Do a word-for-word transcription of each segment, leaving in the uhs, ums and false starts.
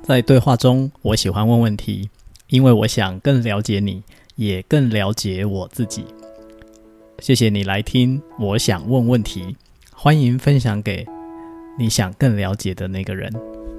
在对话中，我喜欢问问题，因为我想更了解你，也更了解我自己。谢谢你来听，我想问问题，欢迎分享给你想更了解的那个人。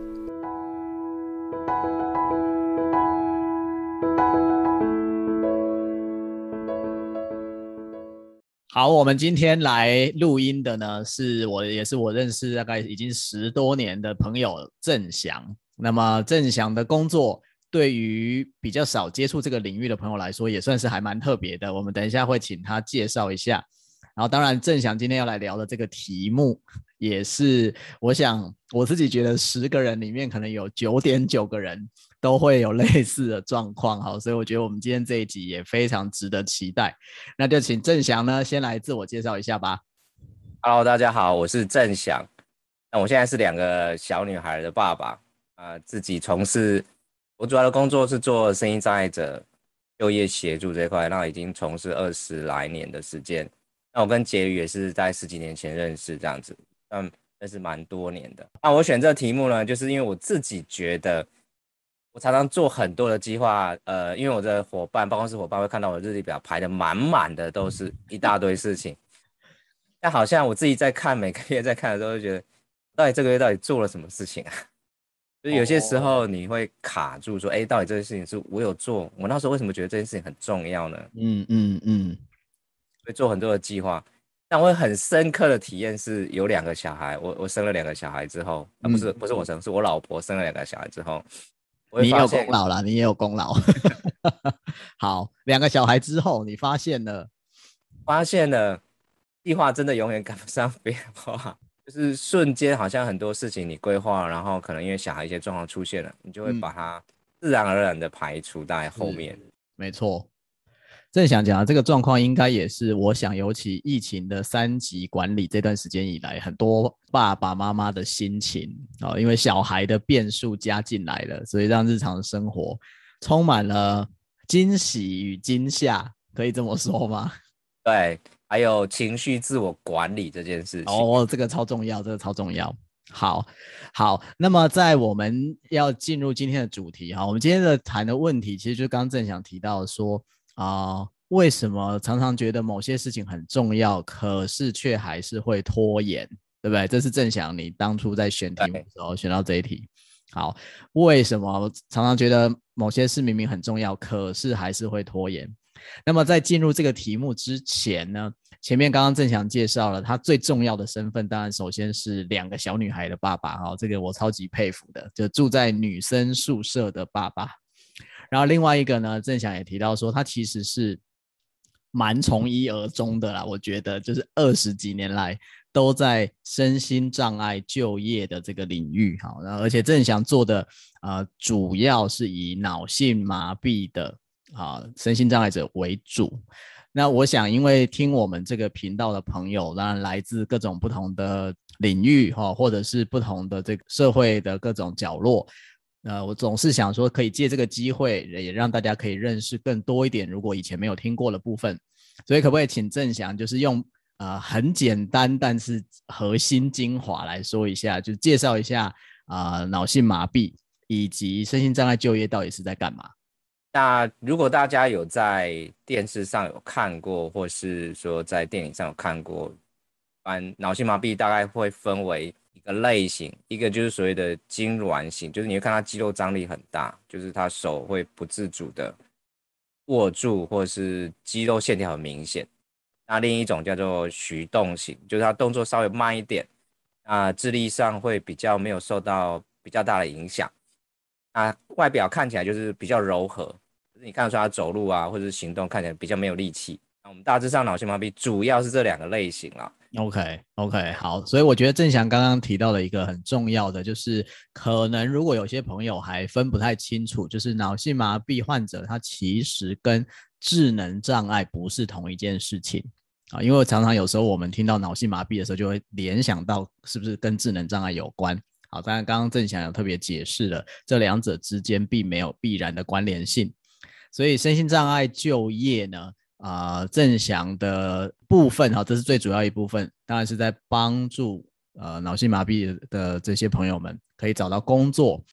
好，我们今天来录音的呢，是我也是我认识大概已经十多年的朋友郑翔。那么郑翔的工作对于比较少接触这个领域的朋友来说，也算是还蛮特别的。我们等一下会请他介绍一下。然后当然郑翔今天要来聊的这个题目，也是我想我自己觉得十个人里面可能有 九点九 个人都会有类似的状况。好，所以我觉得我们今天这一集也非常值得期待。那就请郑翔呢先来自我介绍一下吧。 Hello， 大家好，我是郑翔。那我现在是两个小女孩的爸爸，呃，自己从事我主要的工作是做身心障碍者就业协助这一块，那已经从事二十来年的时间。那我跟婕妤也是在十几年前认识这样子，嗯，认识蛮多年的。那我选这个题目呢，就是因为我自己觉得，我常常做很多的计划，呃，因为我的伙伴，办公室伙伴会看到我的日历表排得满满的，都是一大堆事情。但好像我自己在看，每个月在看的时候，就觉得到底这个月到底做了什么事情啊？就是有些时候你会卡住说，哎、欸，到底这件事情是我有做？我那时候为什么觉得这件事情很重要呢？ 嗯嗯嗯， 会做很多的计划，但我很深刻的体验是有两个小孩，我我生了两个小孩之后，啊不是不是我生，是我老婆生了两个小孩之后，我会你也有发现功劳啦，你也有功劳。好，两个小孩之后，你发现了？ 发现了计划真的永远赶不上变化。就是瞬间好像很多事情你规划，然后可能因为小孩一些状况出现了，你就会把它自然而然的排除在后面。 嗯、没错，正想讲的这个状况，应该也是我想，尤其疫情的三级管理这段时间以来，很多爸爸妈妈的心情、哦、因为小孩的变数加进来了，所以让日常生活充满了惊喜与惊吓，可以这么说吗？ 对，还有情绪自我管理这件事情。 哦，这个超重要，这个超重要。好，好，那么在我们要进入今天的主题哈，我们今天的谈的问题，其实就是刚刚正想提到说啊、呃，为什么常常觉得某些事情很重要，可是却还是会拖延，对不对？这是正想你当初在选题目的时候选到这一题。好，为什么常常觉得某些事明明很重要，可是还是会拖延？那么在进入这个题目之前呢，前面刚刚正翔介绍了他最重要的身份，当然首先是两个小女孩的爸爸，这个我超级佩服的，就住在女生宿舍的爸爸。然后另外一个呢，正翔也提到说他其实是蛮从一而终的啦，我觉得就是二十几年来都在身心障碍就业的这个领域，好，然后而且正翔做的呃主要是以脑性麻痹的啊身心障碍者为主。那我想因为听我们这个频道的朋友当然来自各种不同的领域或者是不同的这个社会的各种角落，呃，我总是想说可以借这个机会也让大家可以认识更多一点如果以前没有听过的部分。所以可不可以请正翔就是用呃很简单但是核心精华来说一下，就介绍一下呃脑性麻痹以及身心障碍就业到底是在干嘛？ 那如果大家有在电视上有看过，或是说在电影上有看过，嗯，脑性麻痹大概会分为一个类型，一个就是所谓的痉挛型，就是你会看他肌肉张力很大，就是他手会不自主的握住，或是肌肉线条很明显。那另一种叫做徐动型，就是他动作稍微慢一点，那智力上会比较没有受到比较大的影响。那外表看起来就是比较柔和，就是你看得出他走路啊，或者是行动看起来比较没有力气。那我们大致上脑性麻痹主要是这两个类型啦。 OK OK 好，所以我觉得正翔刚刚提到了一个很重要的，就是可能如果有些朋友还分不太清楚，就是脑性麻痹患者他其实跟智能障碍不是同一件事情啊，因为常常有时候我们听到脑性麻痹的时候，就会联想到是不是跟智能障碍有关。好，当然刚刚正翔有特别解释了，这两者之间并没有必然的关联性。所以身心障碍就业呢，啊、呃，正翔的部分哈，这是最主要一部分，当然是在帮助呃脑性麻痹的这些朋友们可以找到工作。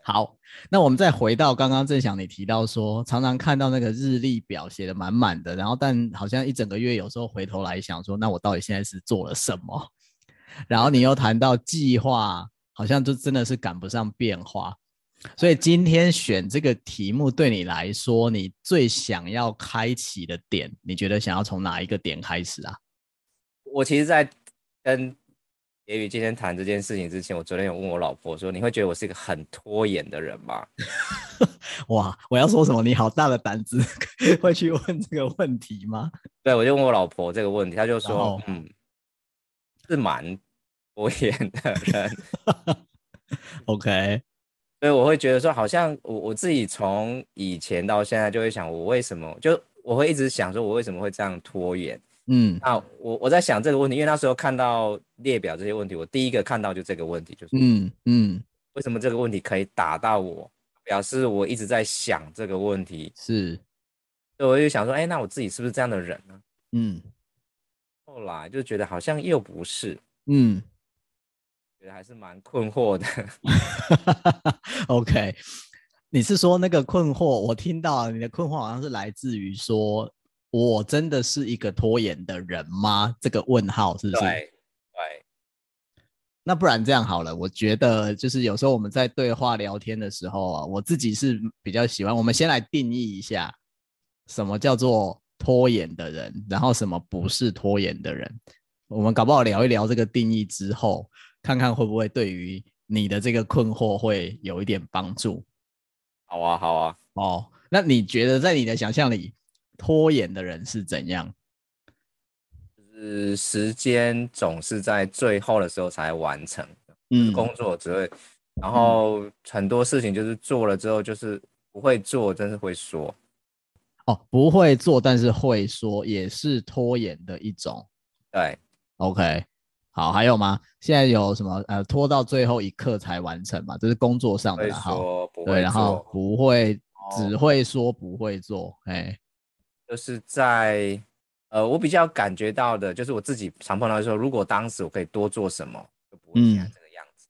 好，那我们再回到刚刚正想你提到说，常常看到那个日历表写的满满的，然后但好像一整个月有时候回头来想说，那我到底现在是做了什么？然后你又谈到计划，好像就真的是赶不上变化。所以今天选这个题目对你来说，你最想要开启的点，你觉得想要从哪一个点开始啊？ 我其实，在跟杰宇今天谈这件事情之前，我昨天有问我老婆说：“你会觉得我是一个很拖延的人吗哇，我要说什么？你好大的胆子，会去问这个问题吗？？” 对，我就问我老婆这个问题，她就说： 然后 “嗯，是蛮拖延的人。” ，OK， 所以我会觉得说，好像我我自己从以前到现在就会想，我为什么就我会一直想说，我为什么会这样拖延？ 嗯那我我在想这个问题，因为那时候看到列表这些问题，我第一个看到就这个问题，就是嗯嗯， 为什么这个问题可以打到我，表示我一直在想这个问题， 是， 所以我就想说，哎，那我自己是不是这样的人呢？ 嗯后来就觉得好像又不是， 嗯觉得还是蛮困惑的。 ，OK，你是说那个困惑？我听到你的困惑好像是来自于说，我真的是一个拖延的人吗？这个问号是不是？ 对对， 那不然这样好了，我觉得就是有时候我们在对话聊天的时候啊，我自己是比较喜欢，我们先来定义一下什么叫做拖延的人，然后什么不是拖延的人。我们搞不好聊一聊这个定义之后，看看会不会对于你的这个困惑会有一点帮助。 好啊好啊。 哦，那你觉得在你的想象里，拖延的人是怎样？ 就是时间总是在最后的时候才完成，就是嗯工作只会，然嗯， 后很多事情就是做了之后就是不会做，真是会说。 哦，不会做，但是会说，也是拖延的一种。 对， OK，好，还有吗？现在有什么呃拖到最后一刻才完成嘛？这是工作上的会啦，好， 说不对，然后会做， 不会， 哦， 只会说不会做，哎， 就是在呃，我比较感觉到的就是我自己常碰到的时候，如果当时我可以多做什么，就不会现在嗯， 这个样子。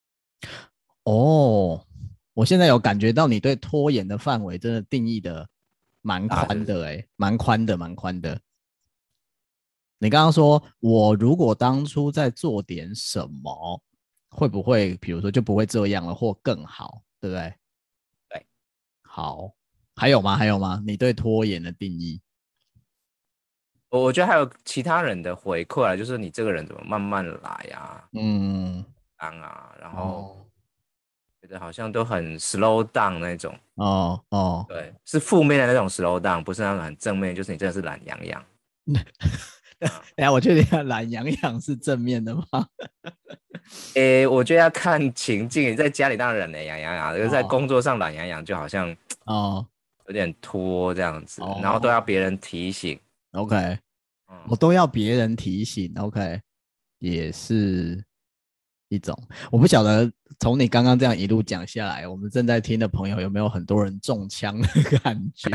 哦，我现在有感觉到你对拖延的范围真的定义的蛮大是不是？ 宽的，哎，蛮宽的，蛮宽的。你刚刚说，我如果当初在做点什么，会不会，比如说就不会这样了，或更好，对不对？ 对， 好，还有吗？还有吗？你对拖延的定义？ 我我觉得还有其他人的回馈啊，就是你这个人怎么慢慢来啊， 嗯， 当啊，然后哦， 觉得好像都很 slow down 那种。 哦，哦， 对，是负面的那种 slow down，不是那种很正面，就是你真的是懒洋洋啊。 哎呀，我确定懒洋洋是正面的吗？ 诶，我觉得要看情境，在家里当然懒洋洋啊，可是在哦， 工作上懒洋洋就好像哦， 有点拖这样子，然后都哦要别人提醒。 ，OK， 嗯， 我都要别人提醒，OK，也是一种。我不晓得从你刚刚这样一路讲下来，我们正在听的朋友有没有很多人中枪的感觉？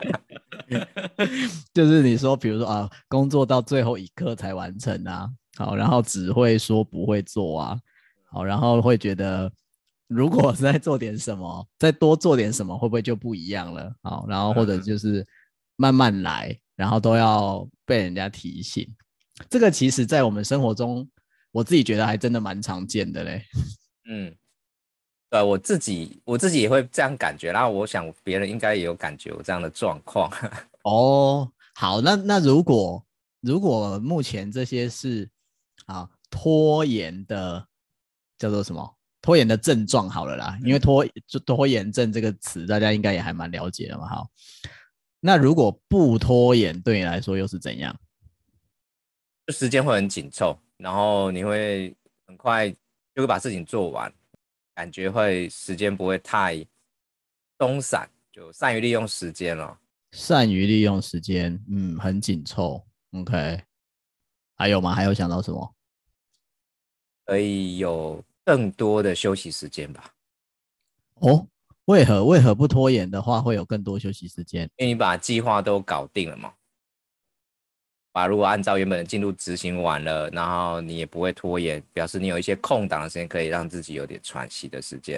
就是你说，比如说啊，工作到最后一刻才完成啊，好，然后只会说不会做啊，好，然后会觉得如果再做点什么，再多做点什么，会不会就不一样了？好，然后或者就是慢慢来，然后都要被人家提醒。这个其实在我们生活中，我自己觉得还真的蛮常见的嘞。 嗯，对，我自己我自己也会这样感觉，然后我想别人应该也有感觉有这样的状况。 哦，好，那那如果如果目前这些是啊拖延的叫做什么？拖延的症状好了啦，因为嗯， 拖就拖延症这个词，大家应该也还蛮了解的嘛。好，那如果不拖延，对你来说又是怎样？ 就时间会很紧凑，然后你会很快就会把事情做完，感觉会时间不会太松散，就善于利用时间了。 善于利用时间，嗯，很紧凑。OK，还有吗？还有想到什么？ 可以有更多的休息时间吧。 哦，为何为何不拖延的话会有更多休息时间？ 因为你把计划都搞定了嘛，把如果按照原本的进度执行完了，然后你也不会拖延，表示你有一些空档的时间可以让自己有点喘息的时间。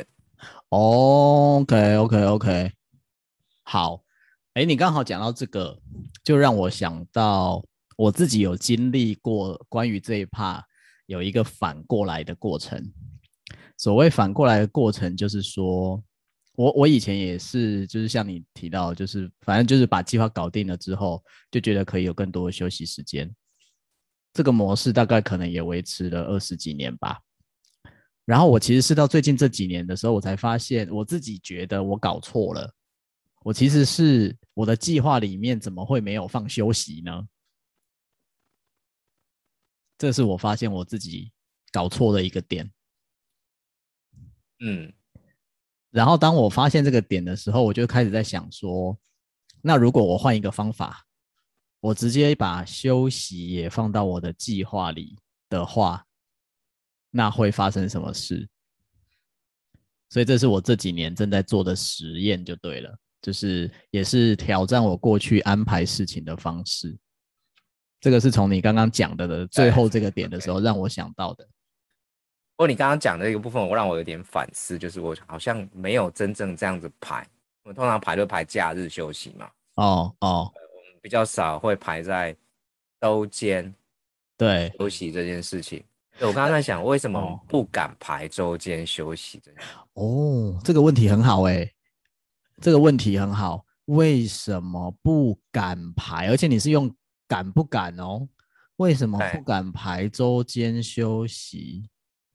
OK OK OK，好，哎，你刚好讲到这个，就让我想到我自己有经历过关于这一 part 有一个反过来的过程。所谓反过来的过程，就是说我我以前也是，就是像你提到，就是反正就是把计划搞定了之后，就觉得可以有更多的休息时间。这个模式大概可能也维持了二十几年吧。然后我其实是到最近这几年的时候，我才发现我自己觉得我搞错了。我其实是我的计划里面怎么会没有放休息呢？这是我发现我自己搞错的一个点。 嗯， 然后当我发现这个点的时候，我就开始在想说，那如果我换一个方法，我直接把休息也放到我的计划里的话，那会发生什么事？所以这是我这几年正在做的实验，就对了，就是也是挑战我过去安排事情的方式。这个是从你刚刚讲的的最对后这个点的时 ，OK。 候让我想到的。 不过你刚刚讲的一个部分，我让我有点反思，就是我好像没有真正这样子排。我们通常排都排假日休息嘛， 哦哦， 比较少会排在周间对， 休息这件事情。对，我刚刚在想，为什么哦不敢排周间休息这件事？ 哦，这个问题很好诶，这个问题很好，为什么不敢排？而且你是用敢不敢哦？为什么不对， 敢排周间休息？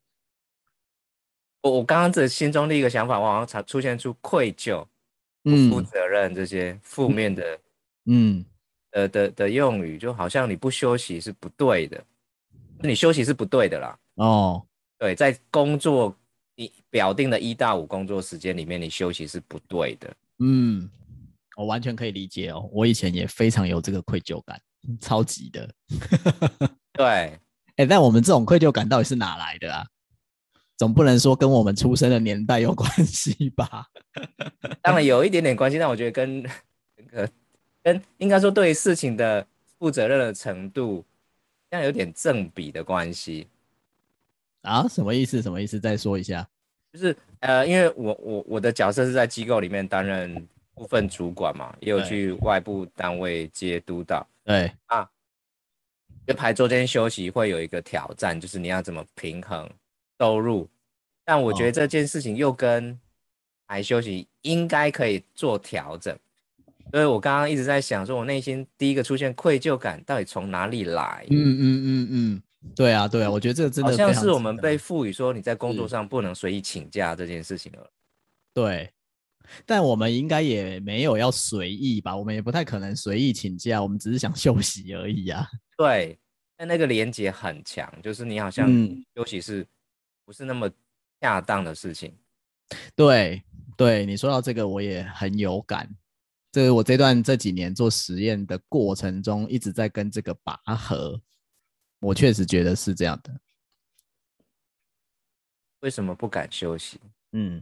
我我刚刚这心中的一个想法，我好像才出现出愧疚、不负嗯责任这些负面嗯的嗯， 的的的用语，就好像你不休息是不对的，你休息是不对的啦。 哦， 对，在工作你表定的一到五工作时间里面，你休息是不对的。 嗯，我完全可以理解哦。我以前也非常有这个愧疚感，超级的。 对， 哎，但我们这种愧疚感到底是哪来的啊？总不能说跟我们出生的年代有关系吧？ 当然有一点点关系，但我觉得跟那个跟应该说对事情的负责任的程度，这样有点正比的关系。 啊，什么意思？什么意思？再说一下。 就是呃，因为我我我的角色是在机构里面担任部分主管嘛，也有对去外部单位接督导对， 啊。就排周间休息会有一个挑战，就是你要怎么平衡收入。但我觉得哦， 这件事情又跟排休息应该可以做调整，所以我刚刚一直在想，说我内心第一个出现愧疚感到底从哪里来？ 嗯嗯嗯嗯，对啊对啊，我觉得这个真好的非常像是我们被值得。 赋予说你在工作是， 上不能随意请假这件事情了。 对，但我们应该也没有要随意吧？我们也不太可能随意请假，我们只是想休息而已啊。 对，但那个连接很强，就是你好像嗯， 休息是不是那么恰当的事情？ 对对，你说到这个我也很有感。这是我这段这几年做实验的过程中一直在跟这个拔河，我确实觉得是这样的。 为什么不敢休息？ 嗯。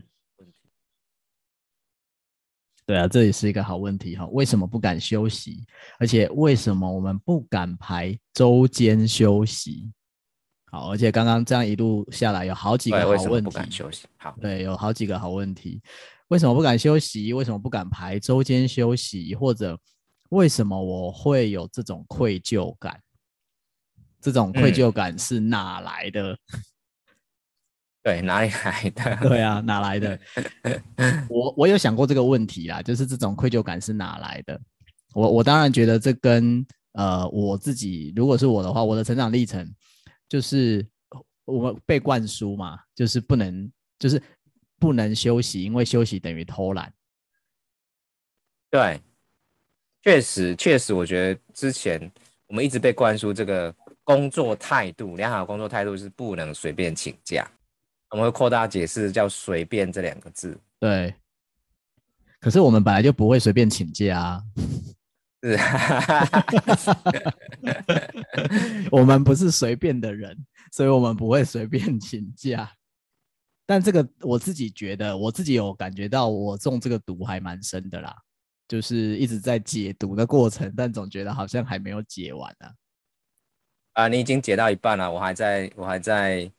对啊，这也是一个好问题哈。为什么不敢休息？而且为什么我们不敢排周间休息？好，而且刚刚这样一路下来，有好几个对，为好什么不敢问题。 休息？好。 对，有好几个好问题。为什么不敢休息？为什么不敢排周间休息？或者为什么我会有这种愧疚感？这种愧嗯， 疚感是哪来的？ 对，哪里来的？ 对啊，哪来的？我我有想过这个问题啦，就是这种愧疚感是哪来的？我我当然觉得这跟呃我自己，如果是我的话，我的成长历程就是我们被灌输嘛，就是不能就是不能休息，因为休息等于偷懒。 对，确实，确实，我觉得之前我们一直被灌输这个工作态度，良好的工作态度是不能随便请假。我们会扩大解释叫“随便”这两个字。 对，可是我们本来就不会随便请假啊， 是， 我们不是随便的人，所以我们不会随便请假。但这个我自己觉得，我自己有感觉到我中这个毒还蛮深的啦，就是一直在解毒的过程，但总觉得好像还没有解完啊。 啊，你已经解到一半了，我还在，我还在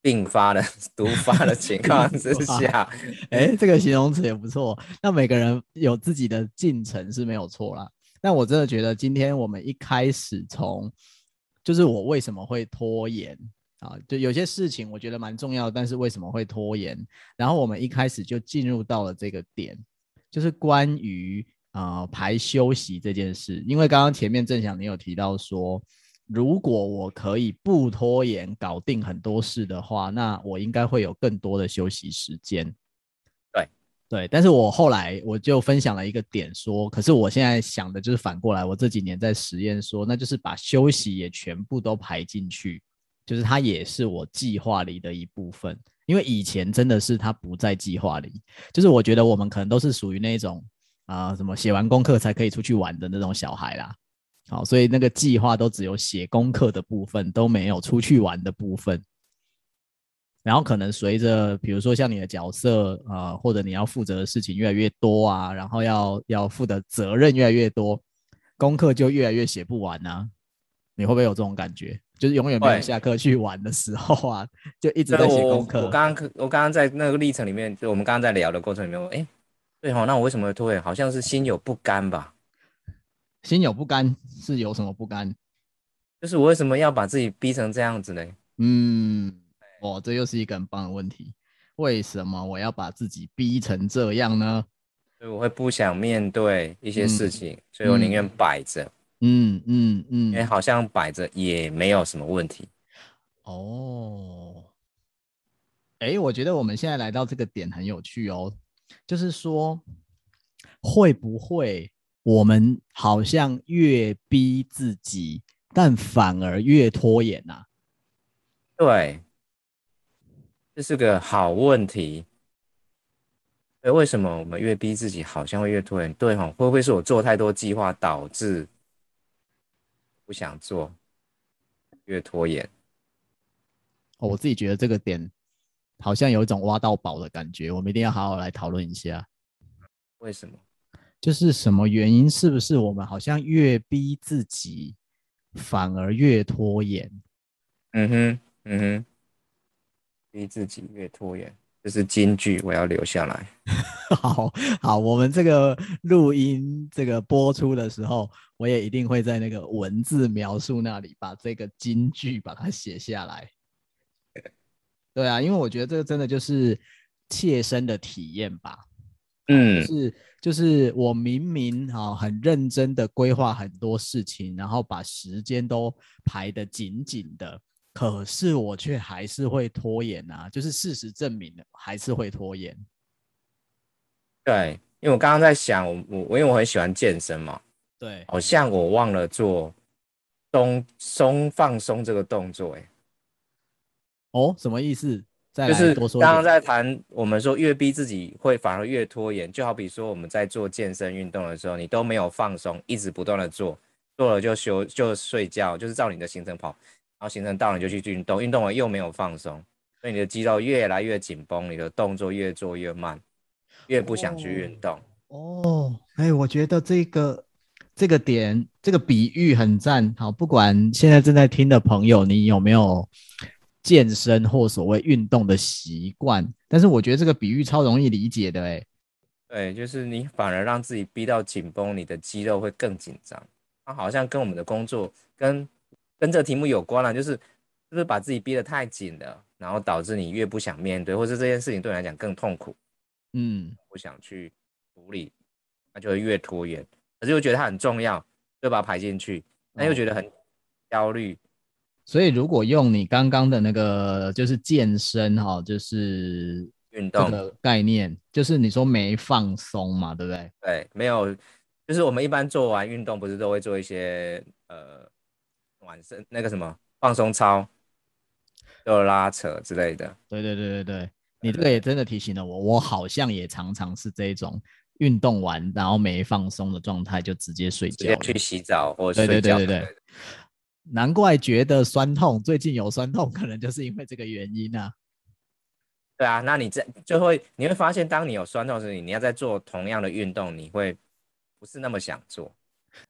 并发的毒发的情况之下， 哎，这个形容词也不错。那每个人有自己的进程是没有错啦。但我真的觉得今天我们一开始从，就是我为什么会拖延啊？就有些事情我觉得蛮重要，但是为什么会拖延？然后我们一开始就进入到了这个点，就是关于啊、呃、排休息这件事。因为刚刚前面正想你有提到说，如果我可以不拖延搞定很多事的话，那我应该会有更多的休息时间。 对对，但是我后来我就分享了一个点说，可是我现在想的就是反过来，我这几年在实验说，那就是把休息也全部都排进去，就是它也是我计划里的一部分。因为以前真的是它不在计划里，就是我觉得我们可能都是属于那种啊、呃、什么写完功课才可以出去玩的那种小孩啦。好，所以那个计划都只有写功课的部分，都没有出去玩的部分。然后可能随着，比如说像你的角色，呃，或者你要负责的事情越来越多啊，然后要要负的责任越来越多，功课就越来越写不完啊。你会不会有这种感觉？就是永远没有对， 下课去玩的时候啊，就一直所以在写我功课。 我刚刚我刚刚在那个历程里面，就我们刚刚在聊的过程里面，哎，对哈、哦，那我为什么会拖延？好像是心有不甘吧？ 心有不甘是有什么不甘？ 就是我为什么要把自己逼成这样子呢？ 嗯，哦，这又是一个很棒的问题。为什么我要把自己逼成这样呢？ 所以我会不想面对一些事嗯情，所以我宁愿嗯摆着， 嗯嗯因为嗯， 好像摆着也没有什么问题。 哦，哎，我觉得我们现在来到这个点很有趣哦，就是说，会不会我们好像越逼自己，但反而越拖延呐、啊？ 对，这是个好问题。对，为什么我们越逼自己，好像会越拖延？对哈、哦，会不会是我做太多计划导致不想做，越拖延？ 哦，我自己觉得这个点好像有一种挖到宝的感觉，我们一定要好好来讨论一下。 为什么？ 就是什么原因？是不是我们好像越逼自己，反而越拖延？ 嗯哼，嗯哼，逼自己越拖延，这是金句，我要留下来。 好好，我们这个录音这个播出的时候，我也一定会在那个文字描述那里把这个金句把它写下来。对啊，因为我觉得这个真的就是切身的体验吧。好，就嗯， 是就是我明明啊很认真的规划很多事情，然后把时间都排得紧紧的，可是我却还是会拖延啊。就是事实证明了，还是会拖延。 对，因为我刚刚在想，我我我因为我很喜欢健身嘛， 对， 好像我忘了做松松放松这个动作，哎， 哦，什么意思？再来就是多说一点。 刚刚在谈我们说越逼自己会反而越拖延，就好比说我们在做健身运动的时候，你都没有放松，一直不断的做，做了就休就睡觉，就是照你的行程跑，然后行程到了你就去运动，运动完又没有放松，所以你的肌肉越来越紧绷，你的动作越做越慢，越不想去哦运动。 哦，哎，我觉得这个这个点，这个比喻很赞。好，不管现在正在听的朋友，你有没有健身或所谓运动的习惯，但是我觉得这个比喻超容易理解的。哎， 对，就是你反而让自己逼到紧绷，你的肌肉会更紧张。它好像跟我们的工作跟跟这个题目有关了，就是是不是把自己逼得太紧了，然后导致你越不想面对，或者这件事情对你来讲更痛苦， 嗯， 不想去处理，那就会越拖延。可是又觉得它很重要，就把它排进去，但又觉哦， 得很焦虑。 所以如果用你刚刚的那个就是健身哈、哦，就是运动， 这个概念，就是你说没放松嘛，对不对？ 对，没有，就是我们一般做完运动，不是都会做一些呃暖身那个什么放松操。就拉扯之类的。 对对对对对，你对对对， 这个也真的提醒了我，我好像也常常是这种运动完然后没放松的状态就直接睡觉了。 直接去洗澡或对对睡觉。 对对对，难怪觉得酸痛，最近有酸痛，可能就是因为这个原因啊。 对啊，那你这就会你会发现，当你有酸痛时，你要在做同样的运动，你会不是那么想做。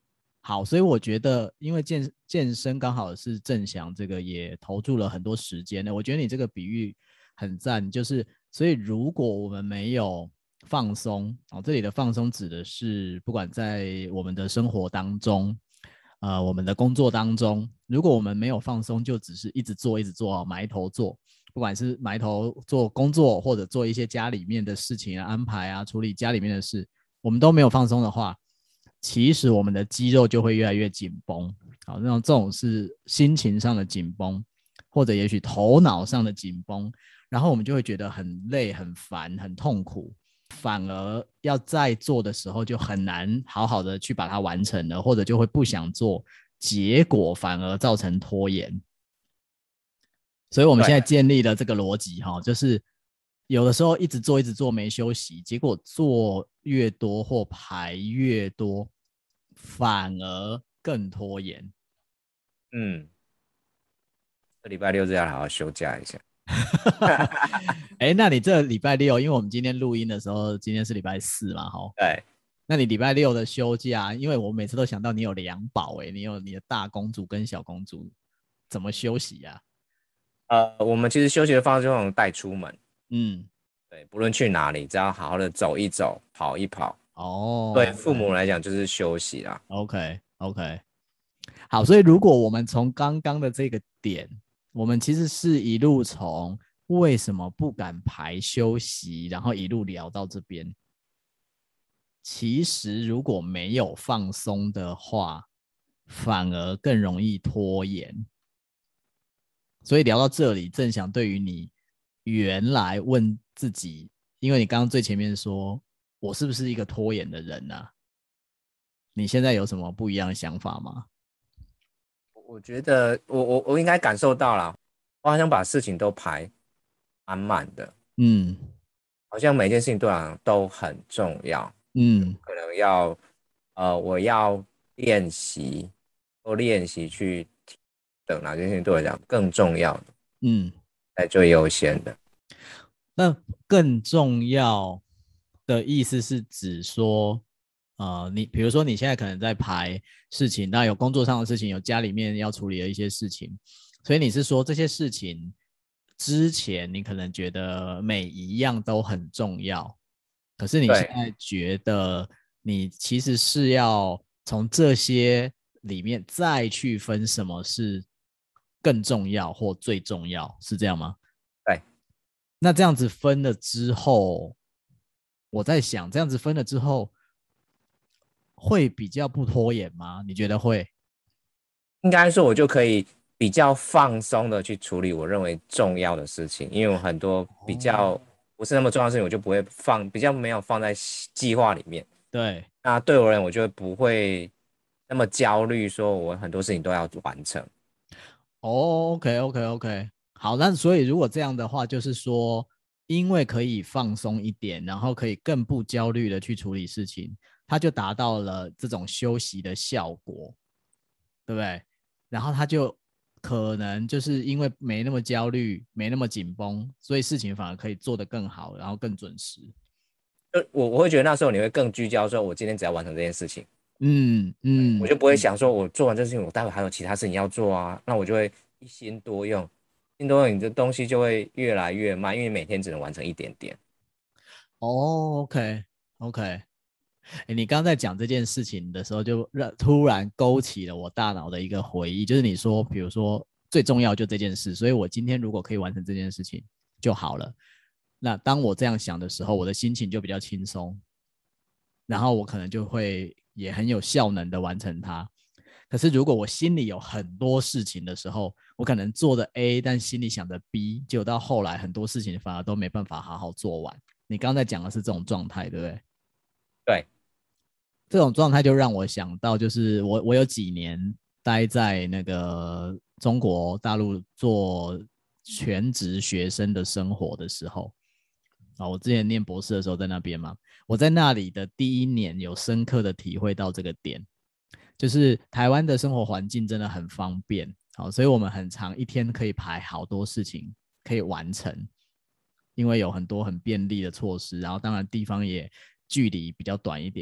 好，所以我觉得，因为健健身刚好是正祥这个也投注了很多时间的，我觉得你这个比喻很赞，就是所以如果我们没有放松，哦，这里的放松指的是不管在我们的生活当中，呃，我们的工作当中，如果我们没有放松，就只是一直做一直做，埋头做，不管是埋头做工作或者做一些家里面的事情啊、安排啊、处理家里面的事，我们都没有放松的话。其实我们的肌肉就会越来越紧绷，好，那种这种是心情上的紧绷，或者也许头脑上的紧绷，然后我们就会觉得很累、很烦、很痛苦，反而要再做的时候就很难好好的去把它完成了，或者就会不想做，结果反而造成拖延。所以我们现在建立了这个逻辑哈，就是有的时候一直做一直做没休息，结果做越多或排越多，反而更拖延。 嗯，这礼拜六日要好好休假一下。 哎，那你这礼拜六，因为我们今天录音的时候，今天是礼拜四嘛，哈。 对， 那你礼拜六的休假，因为我每次都想到你有两宝，哎，你有你的大公主跟小公主，怎么休息呀、 呃，我们其实休息的方式就是带出门， 嗯， 对，不论去哪里，只要好好的走一走，跑一跑，对哦父母来讲就是休息啦。 ，OK OK，好，所以如果我们从刚刚的这个点，我们其实是一路从为什么不敢排休息，然后一路聊到这边。其实如果没有放松的话，反而更容易拖延。所以聊到这里，正想对于你原来问自己，因为你刚刚最前面说我是不是一个拖延的人啊？你现在有什么不一样的想法吗？ 我觉得我我我应该感受到了，我好像把事情都排满满的， 嗯好像每件事情对我来讲都很重要， 嗯可能要呃我要练习多练习去等哪件事情对我来讲更重要的， 嗯。 才最优先的。 那更重要的意思是指说，呃，你比如说你现在可能在排事情，那有工作上的事情，有家里面要处理的一些事情，所以你是说这些事情之前你可能觉得每一样都很重要，可是你现对， 在觉得你其实是要从这些里面再去分什么是更重要或最重要，是这样吗？ 对， 那这样子分了之后，我在想，这样子分了之后，会比较不拖延吗？你觉得会？ 应该说我就可以比较放松的去处理我认为重要的事情，因为我很多比哦， 较不是那么重要的事情，我就不会放，比较没有放在计划里面。 对， 那对我而言，我就不会那么焦虑，说我很多事情都要完成。 哦，OK，OK，OK，好，那所以如果这样的话，就是说，因为可以放松一点，然后可以更不焦虑的去处理事情，它就达到了这种休息的效果，对不对？然后它就可能就是因为没那么焦虑，没那么紧绷，所以事情反而可以做得更好，然后更准时。 就我我会觉得那时候你会更聚焦，说我今天只要完成这件事情， 嗯嗯我就不会嗯， 想说我做完这件事情，我待会还有其他事情要做啊，那我就会一心多用，一心多用，你的东西就会越来越慢，因为每天只能完成一点点。 哦，OK OK，哎，你刚刚在讲这件事情的时候，就让突然勾起了我大脑的一个回忆，就是你说，比如说最重要就这件事，所以我今天如果可以完成这件事情就好了。那当我这样想的时候，我的心情就比较轻松，然后我可能就会也很有效能的完成它。可是如果我心里有很多事情的时候，我可能做的 A，但心里想的 B，结果到后来很多事情反而都没办法好好做完。你刚才讲的是这种状态，对不对？ 对， 这种状态就让我想到，就是我我有几年待在那个中国大陆做全职学生的生活的时候，啊，我之前念博士的时候在那边嘛，我在那里的第一年有深刻的体会到这个点，就是台湾的生活环境真的很方便，好，所以我们很长一天可以排好多事情可以完成，因为有很多很便利的措施，然后当然地方也距离比较短一点，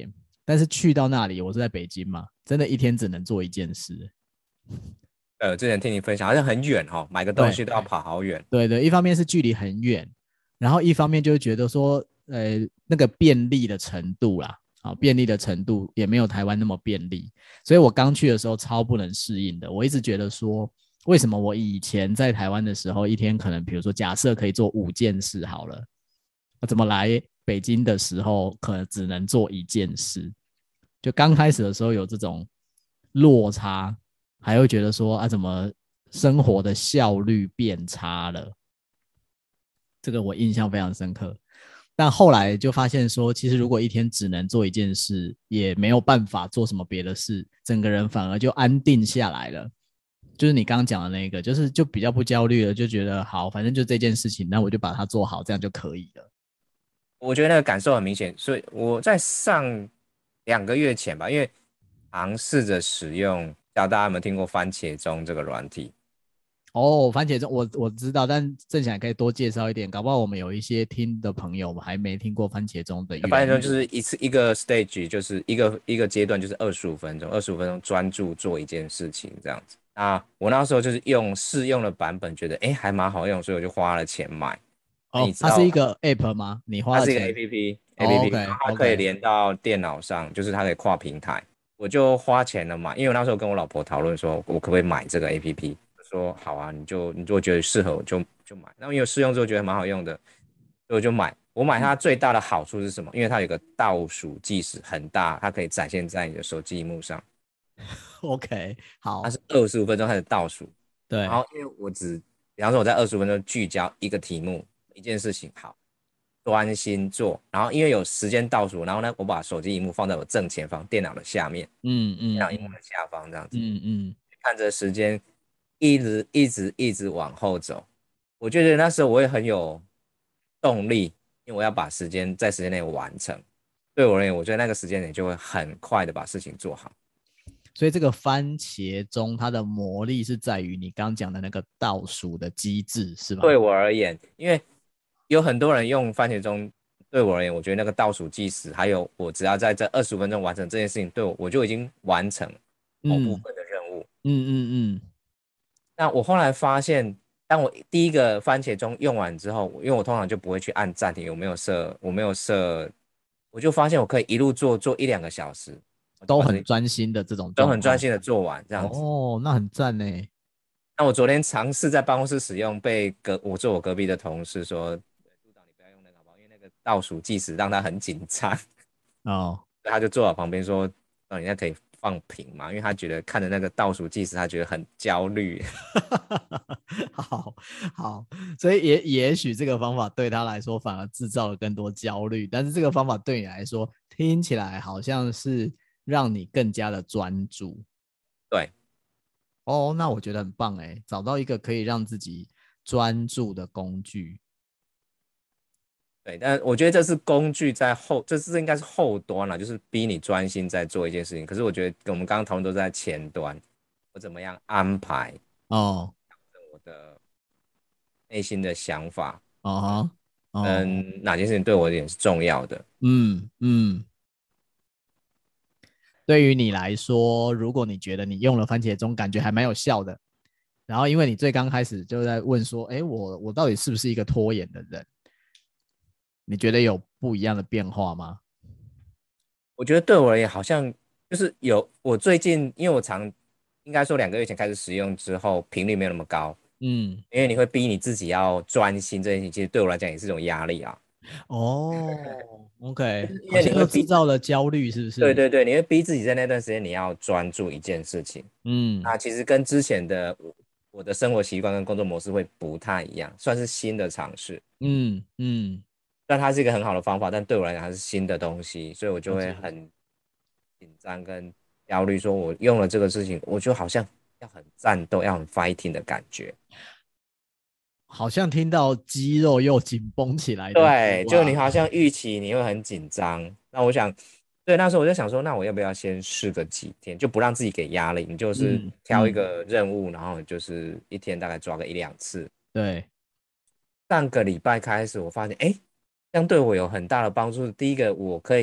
但是去到那里，我是在北京嘛，真的一天只能做一件事。 呃，之前听你分享好像很远哦，买个东对西都要跑好远。 对对，一方面是距离很远，然后一方面就觉得说，呃，那个便利的程度啦，好，便利的程度也没有台湾那么便利，所以我刚去的时候超不能适应的。我一直觉得说，为什么我以前在台湾的时候，一天可能比如说假设可以做五件事好了，我怎么来北京的时候可能只能做一件事？就刚开始的时候有这种落差，还会觉得说啊，怎么生活的效率变差了？这个我印象非常深刻。但后来就发现说，其实如果一天只能做一件事，也没有办法做什么别的事，整个人反而就安定下来了。就是你刚刚讲的那个，就是就比较不焦虑了，就觉得好，反正就这件事情，那我就把它做好，这样就可以了。 我觉得那个感受很明显，所以我在上两个月前吧，因为尝试着使用，不知道大家有没有听过番茄钟这个软体？ 哦，番茄钟我我知道，但郑想可以多介绍一点，搞不好我们有一些听的朋友还没听过番茄钟的番茄钟就原理。 是一次一个 stage，就是一个一个阶段，就是二十五分钟，二十五分钟专注做一件事情这样子。那我那时候就是用试用的版本，觉得哎还蛮好用，所以我就花了钱买。那你哦， 知道它是一个 app 吗？你花它是一个了钱？哦 A P P，A P P，然后 ，OK 它可以 OK， 连到电脑上，就是它可以跨平台。我就花钱了嘛，因为我那时候跟我老婆讨论说，我可不可以买这个 A P P？说好啊，你就你如果觉得适合就就买。那因为试用之后觉得蛮好用的，所以我就买。我买它最大的好处是什么？因为它有个倒数计时很大，它可以展现在你的手机荧幕上。 OK，好， 它是二十五分钟开始倒数，然对， 后因为我只，比方说我在二十五分钟聚焦一个题目一件事情，好，专心做，然后因为有时间倒数，然后呢，我把手机荧幕放在我正前方，电脑的下面， 嗯电嗯嗯脑荧幕的下方这样子， 嗯嗯， 看着时间一直一直一直往后走，我觉得那时候我也很有动力，因为我要把时间在时间内完成。对我而言，我觉得那个时间点就会很快的把事情做好。 所以这个番茄钟它的魔力是在于你刚刚讲的那个倒数的机制，是吧？ 对我而言，因为有很多人用番茄钟，对我而言，我觉得那个倒数计时，还有我只要在这二十五分钟完成这件事情，对我我就已经完成某部嗯分的任务。 嗯嗯那我后来发现，当我第一个番茄钟用完之后，因为我通常就不会去按暂停，我没有设，我没有设，我就发现我可以一路做做一两个小时，我就都把这很专心的这种都状况。 很专心的做完这样子。 哦，那很赞呢。 那我昨天尝试在办公室使用，被隔我坐我隔壁的同事说，督导你不要用那个好不好？因为那个倒数计时让他很紧张， 哦， 他就坐我旁边说，哦，你那可以放平嘛？因为他觉得看着那个倒数计时，他觉得很焦虑。 好好，所以也也许这个方法对他来说反而制造了更多焦虑，但是这个方法对你来说听起来好像是让你更加的专注。 对哦，那我觉得很棒哎，找到一个可以让自己专注的工具。 对，但我觉得这是工具在后，这是应该是后端了，就是逼你专心在做一件事情。可是我觉得我们刚刚讨论都在前端，我怎么样安排哦我的内心的想法， 哦哈哦， 嗯，哪件事情对我而言是重要的。 嗯嗯，对于你来说，如果你觉得你用了番茄钟，感觉还蛮有效的，然后因为你最刚开始就在问说，哎，我我到底是不是一个拖延的人？你觉得有不一样的变化吗？ 我觉得对我而言，好像就是有我最近，因为我常应该说两个月前开始使用之后，频率没有那么高， 嗯， 因为你会逼你自己要专心这件事情，其实对我来讲也是一种压力啊。 哦，OK，好像因为你会逼， 又制造了焦虑，是不是？ 对对对，你会逼自己在那段时间你要专注一件事情。 嗯啊，其实跟之前的我我的生活习惯跟工作模式会不太一样，算是新的尝试。 嗯嗯， 但它是一个很好的方法，但对我来讲它是新的东西，所以我就了解。 会很紧张跟焦虑，说我用了这个事情，我就好像要很战斗，要很 fighting 的感觉。 好像听到肌肉又紧绷起来的对， 呼啊。 就你好像预期你会很紧张，那我想，对，那时候我就想说，那我要不要先试个几天，就不让自己给压力，你就是嗯嗯， 挑一个任务，然后就是一天大概抓个一两次。 对， 上个礼拜开始，我发现，哎，这样对我有很大的帮助。第一个，我可以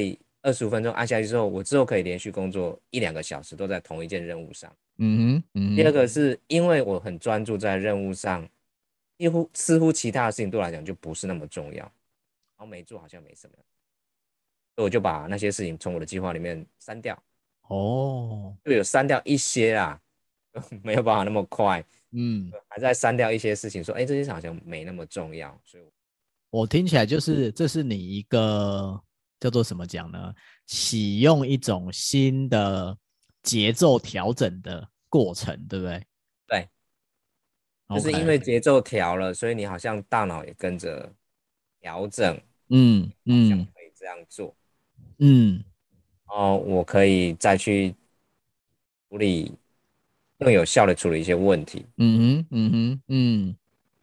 二十五分钟按下去之后，我之后可以连续工作一两个小时都在同一件任务上。 嗯哼，嗯第二哼， 个是因为我很专注在任务上，几乎似乎其他的事情对我来讲就不是那么重要，然后没做好像没什么，所以我就把那些事情从我的计划里面删掉， 哦， 就有删掉一些啦，没有办法那么快， 嗯。 还在删掉一些事情，说，哎，这些事好像没那么重要，所以我听起来就是这是你一个叫做什么讲呢？启用一种新的节奏调整的过程，对不对对，就是因 ？OK， 为节奏调了，所以你好像大脑也跟着调整， 嗯好像嗯可以这样做， 嗯哦，我可以再去处理更有效的处理一些问题。 嗯哼嗯哼嗯，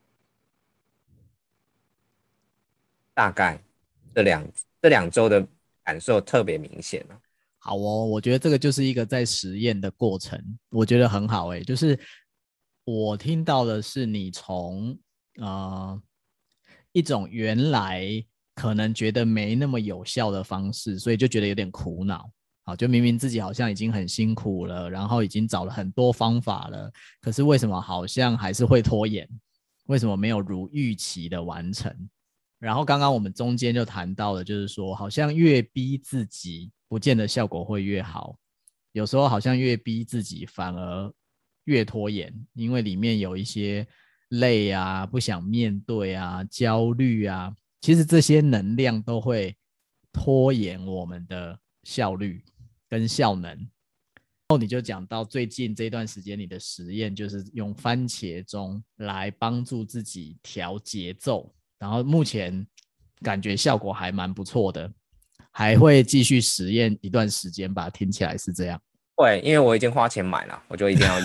大概这两这两周的感受特别明显了。 好哦，我觉得这个就是一个在实验的过程，我觉得很好诶，就是我听到的是你从呃一种原来可能觉得没那么有效的方式，所以就觉得有点苦恼。好，就明明自己好像已经很辛苦了，然后已经找了很多方法了，可是为什么好像还是会拖延？为什么没有如预期的完成？然后刚刚我们中间就谈到了，就是说好像越逼自己，不见得效果会越好，有时候好像越逼自己反而越拖延，因为里面有一些累啊、不想面对啊、焦虑啊，其实这些能量都会拖延我们的效率跟效能。然后你就讲到最近这段时间，你的实验就是用番茄钟来帮助自己调节奏，然后目前感觉效果还蛮不错的，还会继续实验一段时间吧？听起来是这样。 会，因为我已经花钱买了，我就一定要用。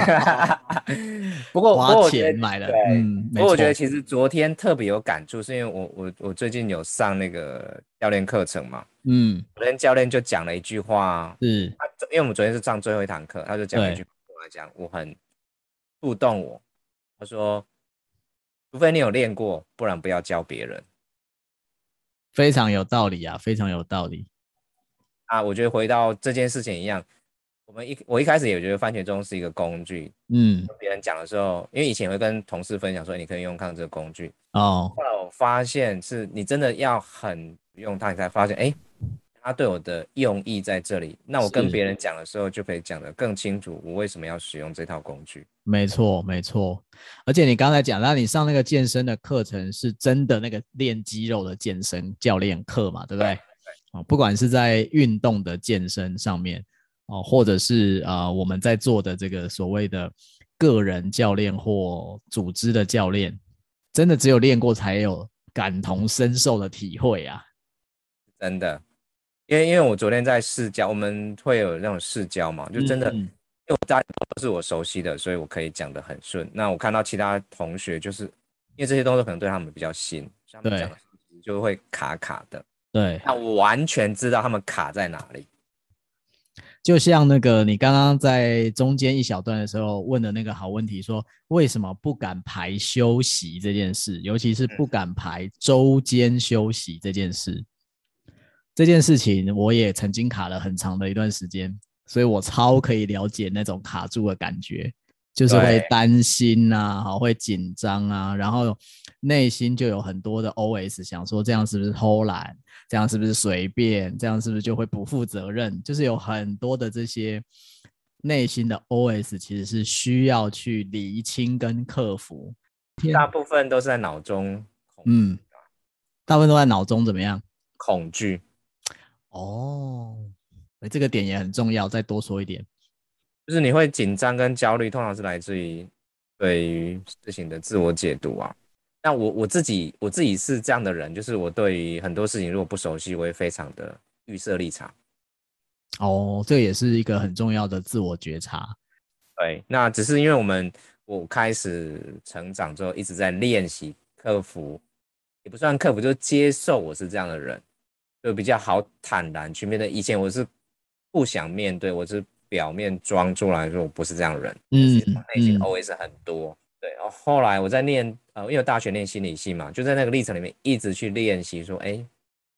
不过，不花过我觉得， 钱买了， 对， 嗯， 不过我觉得没错， 其实昨天特别有感触，是因为我我我最近有上那个教练课程嘛， 嗯， 昨天教练就讲了一句话， 是， 他因为我们昨天是上最后一堂课，他就讲了一对， 句话对我来讲，我很触动我。他说，除非你有练过，不然不要教别人。 非常有道理啊，非常有道理， 啊，我觉得回到这件事情一样，我们一我一开始也觉得番茄钟是一个工具， 嗯， 跟别人讲的时候，因为以前会跟同事分享说你可以用看这个工具， 哦， 后来我发现是你真的要很用它，你才发现，哎，它对我的用意在这里。那我跟是。 别人讲的时候，就可以讲得更清楚，我为什么要使用这套工具。 没错，没错，而且你刚才讲到，你上那个健身的课程是真的那个练肌肉的健身教练课嘛，对不对？哦，不管是在运动的健身上面，哦，或者是呃我们在做的这个所谓的个人教练或组织的教练，真的只有练过才有感同身受的体会啊。 真的，因为因为我昨天在试教，我们会有那种试教嘛，就真的，因嗯， 为我大家都是我熟悉的，所以我可以讲得很顺。那我看到其他同学，就是因为这些动作可能对他们比较新，所以他们讲对的就会卡卡的。 对， 那我完全知道他们卡在哪里。 就像那个你刚刚在中间一小段的时候问的那个好问题，说为什么不敢排休息这件事，尤其是不敢排周间休息这件事。这件事情我也曾经卡了很长的一段时间，所以我超可以了解那种卡住的感觉，就是会对， 担心啊，会紧张啊，然后内心就有很多的 O S 想说这样是不是偷懒，这样是不是随便，这样是不是就会不负责任，就是有很多的这些内心的 O S 其实是需要去厘清跟克服。 大部分都是在脑中恐嗯，大部分都在脑中怎么样？ 恐惧， 哦，这个点也很重要，再多说一点。 就是你会紧张跟焦虑，通常是来自于对于事情的自我解读啊。那我我自己我自己是这样的人，就是我对于很多事情如果不熟悉，我会非常的预设立场。 哦，这也是一个很重要的自我觉察。 对，那只是因为我们我开始成长之后，一直在练习克服，也不算克服，就是接受我是这样的人，就比较好坦然去面对。以前我是不想面对，我是表面装出来说我不是这样的人，但实嗯际上内心嗯 O S 很多。对，然后后来我在念呃，因为我大学念心理系嘛，就在那个历程里面一直去练习说，哎，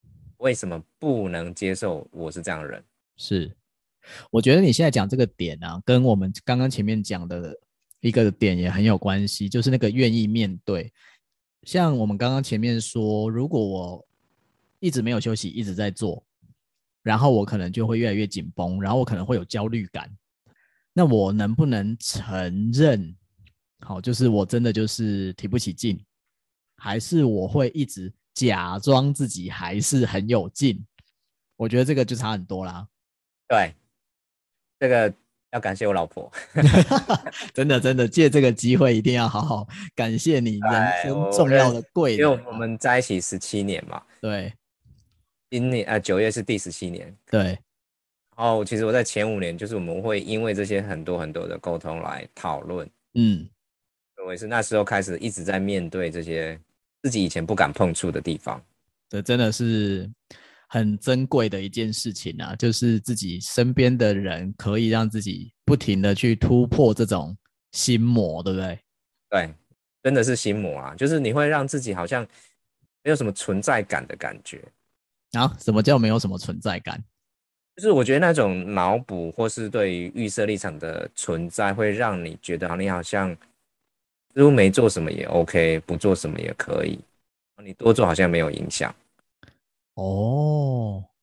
为什么不能接受我是这样的人？ 是，我觉得你现在讲这个点啊，跟我们刚刚前面讲的一个点也很有关系，就是那个愿意面对。像我们刚刚前面说，如果我一直没有休息，一直在做，然后我可能就会越来越紧绷，然后我可能会有焦虑感。那我能不能承认，好，就是我真的就是提不起劲，还是我会一直假装自己还是很有劲？我觉得这个就差很多啦。 对，这个要感谢我老婆。 真的真的，借这个机会一定要好好感谢你人哎， 生我我认， 重要的贵因人啊！ 为我们在一起十七年嘛， 对今年呃九月是第十七年。 对， 然后其实我在前五年，就是我们会因为这些很多很多的沟通来讨论。 嗯， 我也是那时候开始一直在面对这些自己以前不敢碰触的地方。 这真的是很珍贵的一件事情啊，就是自己身边的人可以让自己不停的去突破这种心魔，对不对？ 对，真的是心魔啊，就是你会让自己好像没有什么存在感的感觉。 啊，什么叫没有什么存在感？ 就是我觉得那种脑补或是对于预设立场的存在，会让你觉得你好像似乎没做什么也 OK，不做什么也可以，你多做好像没有影响。 哦，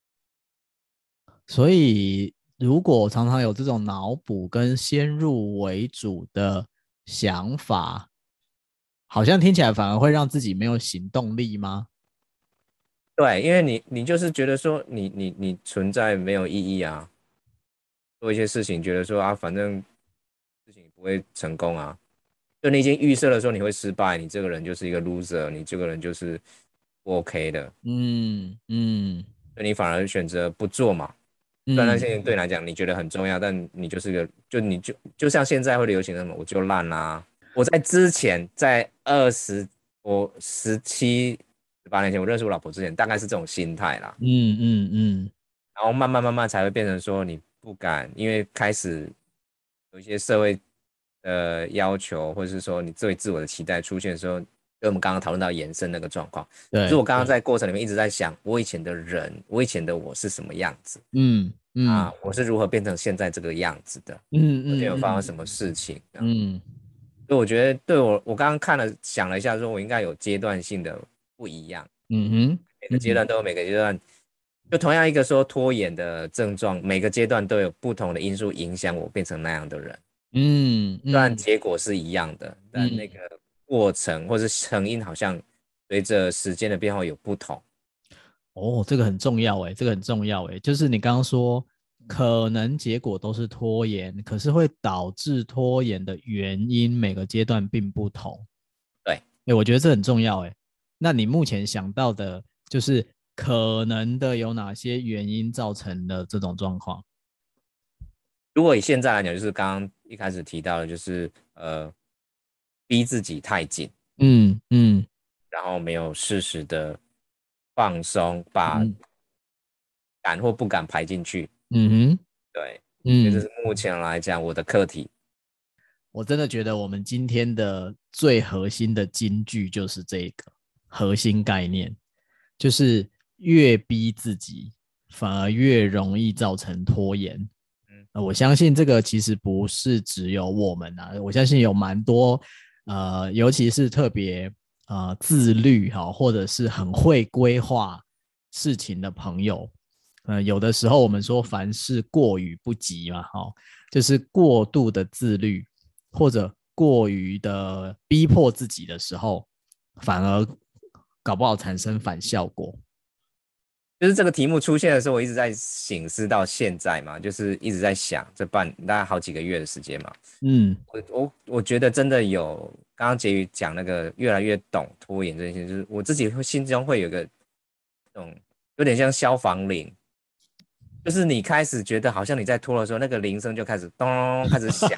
所以如果常常有这种脑补跟先入为主的想法，好像听起来反而会让自己没有行动力吗？ 对，因为你你就是觉得说你你你存在没有意义啊，做一些事情觉得说啊，反正事情不会成功啊，就你已经预设了说你会失败，你这个人就是一个 loser，你这个人就是不 OK 的， 嗯嗯所以你反而选择不做嘛。虽然那嗯些事情对你来讲你觉得很重要，但你就是个就你就就像现在会流行的什么我就烂啦、啊。我在之前在二十我十七十八年前我认识我老婆之前，大概是这种心态啦。 嗯嗯嗯然后慢慢慢慢才会变成说你不敢，因为开始有一些社会的要求，或者是说你对自我的期待出现的时候，跟我们刚刚讨论到延伸那个状况。可是对， 我刚刚在过程里面一直在想，我以前的人，我以前的我是什么样子嗯嗯啊？我是如何变成现在这个样子的？ 嗯中间有发生嗯什么事情？这样， 嗯所以我觉得对我，我刚刚看了想了一下，说我应该有阶段性的不一样。 嗯嗯每个阶嗯段都有每个阶段，就同样一个说拖延的症状，每个阶段都有不同的因素影响我变成那样的人。 嗯虽然嗯结果是一样的，但那嗯， 个过程或是成因好像随着时间的变化有不同。 哦，这个很重要诶，这个很重要诶，就是你刚刚说，可能结果都是拖延，可是会导致拖延的原因每个阶段并不同。 对， 诶，我觉得这很重要诶。那你目前想到的，就是可能的有哪些原因造成的这种状况？ 如果以现在来讲，就是刚刚一开始提到的，就是呃逼自己太紧， 嗯嗯然后没有适时的放松，把嗯敢或不敢排进去。 嗯哼对，所以这嗯， 是目前来讲我的课题。 我真的觉得我们今天的最核心的金句就是这个核心概念，就是越逼自己，反而越容易造成拖延。 嗯， 呃，我相信这个其实不是只有我们啊，我相信有蛮多呃，尤其是特别呃自律哈，或者是很会规划事情的朋友，呃，有的时候我们说凡事过于不及嘛，哈，就是过度的自律或者过于的逼迫自己的时候，反而搞不好产生反效果。 就是这个题目出现的时候，我一直在醒思到现在嘛，就是一直在想这半大概好几个月的时间嘛。 嗯我我我觉得真的有，刚刚婕妤讲那个越来越懂拖延这件事，就是我自己会心中会有个那种有点像消防铃，就是你开始觉得好像你在拖的时候，那个铃声就开始咚开始响，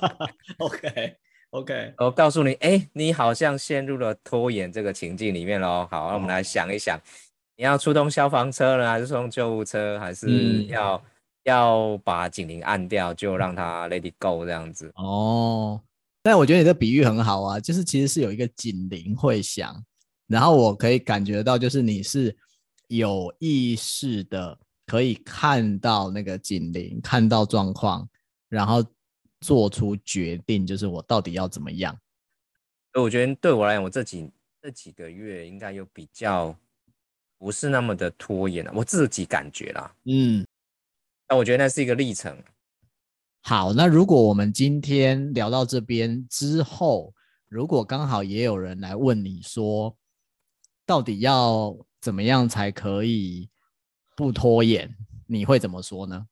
，OK OK， 然后告诉你，哎，你好像陷入了拖延这个情境里面喽。好，那我们来哦， 想一想，你要出动消防车呢，还是出动救护车，还是嗯， 要要把警铃按掉，就让它 let it go 这样子？ 哦，但我觉得你的比喻很好啊，就是其实是有一个警铃会响，然后我可以感觉到，就是你是有意识的可以看到那个警铃，看到状况，然后做出决定，就是我到底要怎么样。 所以我觉得对我来讲，我这几这几个月应该有比较不是那么的拖延了，我自己感觉啦。 嗯， 那我觉得那是一个历程。 好，那如果我们今天聊到这边之后，如果刚好也有人来问你说，到底要怎么样才可以不拖延，你会怎么说呢？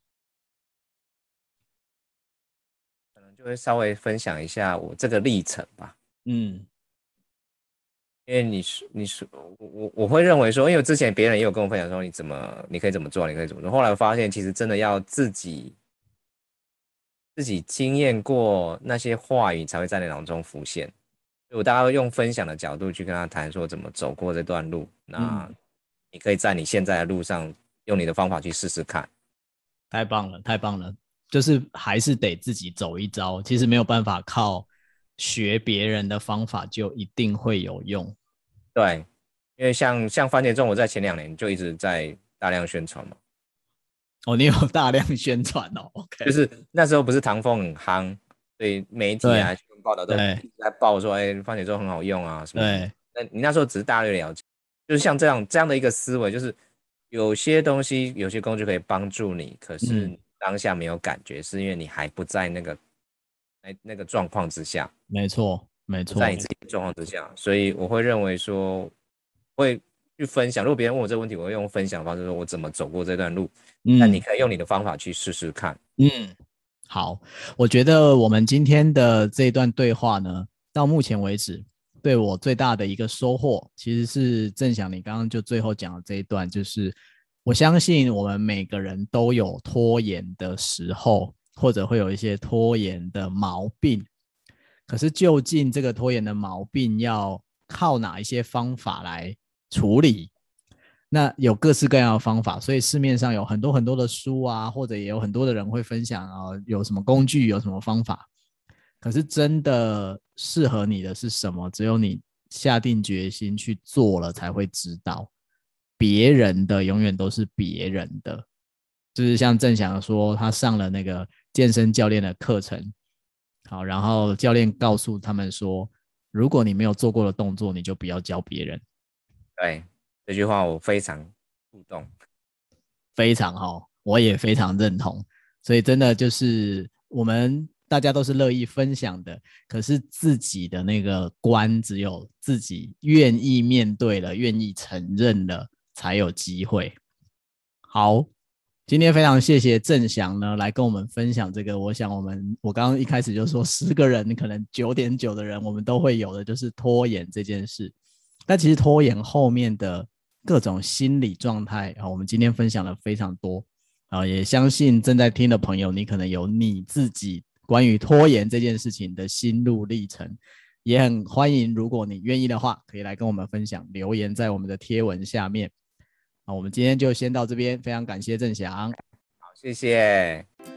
可能就会稍微分享一下我这个历程吧。 嗯， 因为你是你是我我我会认为说，因为之前别人也有跟我分享说，你怎么你可以怎么做，你可以怎么做。后来我发现，其实真的要自己自己经验过那些话语，才会在你脑中浮现。所以我大概用分享的角度去跟他谈说怎么走过这段路。那你可以在你现在的路上用你的方法去试试看。 太棒了，太棒了，就是还是得自己走一招，其实没有办法靠学别人的方法就一定会有用。 对，因为像像番茄钟，我在前两年就一直在大量宣传嘛。 哦，你有大量宣传哦 ，OK， 就是那时候不是唐凤很夯，所以媒体啊、 对新闻报道都对一直在报说，哎，番茄钟很好用啊，什么什么。 对， 那你那时候只是大略了解，就是像这样这样的一个思维，就是有些东西、有些工具可以帮助你，可是嗯， 当下没有感觉，是因为你还不在那个那那个状况之下。 没错没错， 不在你自己的状况之下，所以我会认为说，会去分享。如果别人问我这个问题，我会用分享的方式说，我怎么走过这段路。那你嗯可以用你的方法去试试看。 嗯，好，我觉得我们今天的这一段对话呢，到目前为止对我最大的一个收获，其实是正想你刚刚就最后讲的这一段，就是我相信我们每个人都有拖延的时候，或者会有一些拖延的毛病。可是究竟这个拖延的毛病要靠哪一些方法来处理？那有各式各样的方法，所以市面上有很多很多的书啊，或者也有很多的人会分享啊，有什么工具，有什么方法。可是真的适合你的是什么？只有你下定决心去做了才会知道。别人的永远都是别人的，就是像郑翔说，他上了那个健身教练的课程，好，然后教练告诉他们说，如果你没有做过的动作，你就不要教别人。 对，这句话我非常触动。 非常好，我也非常认同。所以真的就是我们大家都是乐意分享的，可是自己的那个关，只有自己愿意面对了，愿意承认了，才有机会。好，今天非常谢谢郑翔呢来跟我们分享这个。我想我们我刚刚一开始就说，十个人可能九点九的人我们都会有的，就是拖延这件事。但其实拖延后面的各种心理状态啊，我们今天分享了非常多啊，也相信正在听的朋友，你可能有你自己关于拖延这件事情的心路历程，也很欢迎，如果你愿意的话，可以来跟我们分享，留言在我们的贴文下面。好，我们今天就先到这边，非常感谢郑翔。 好，谢谢。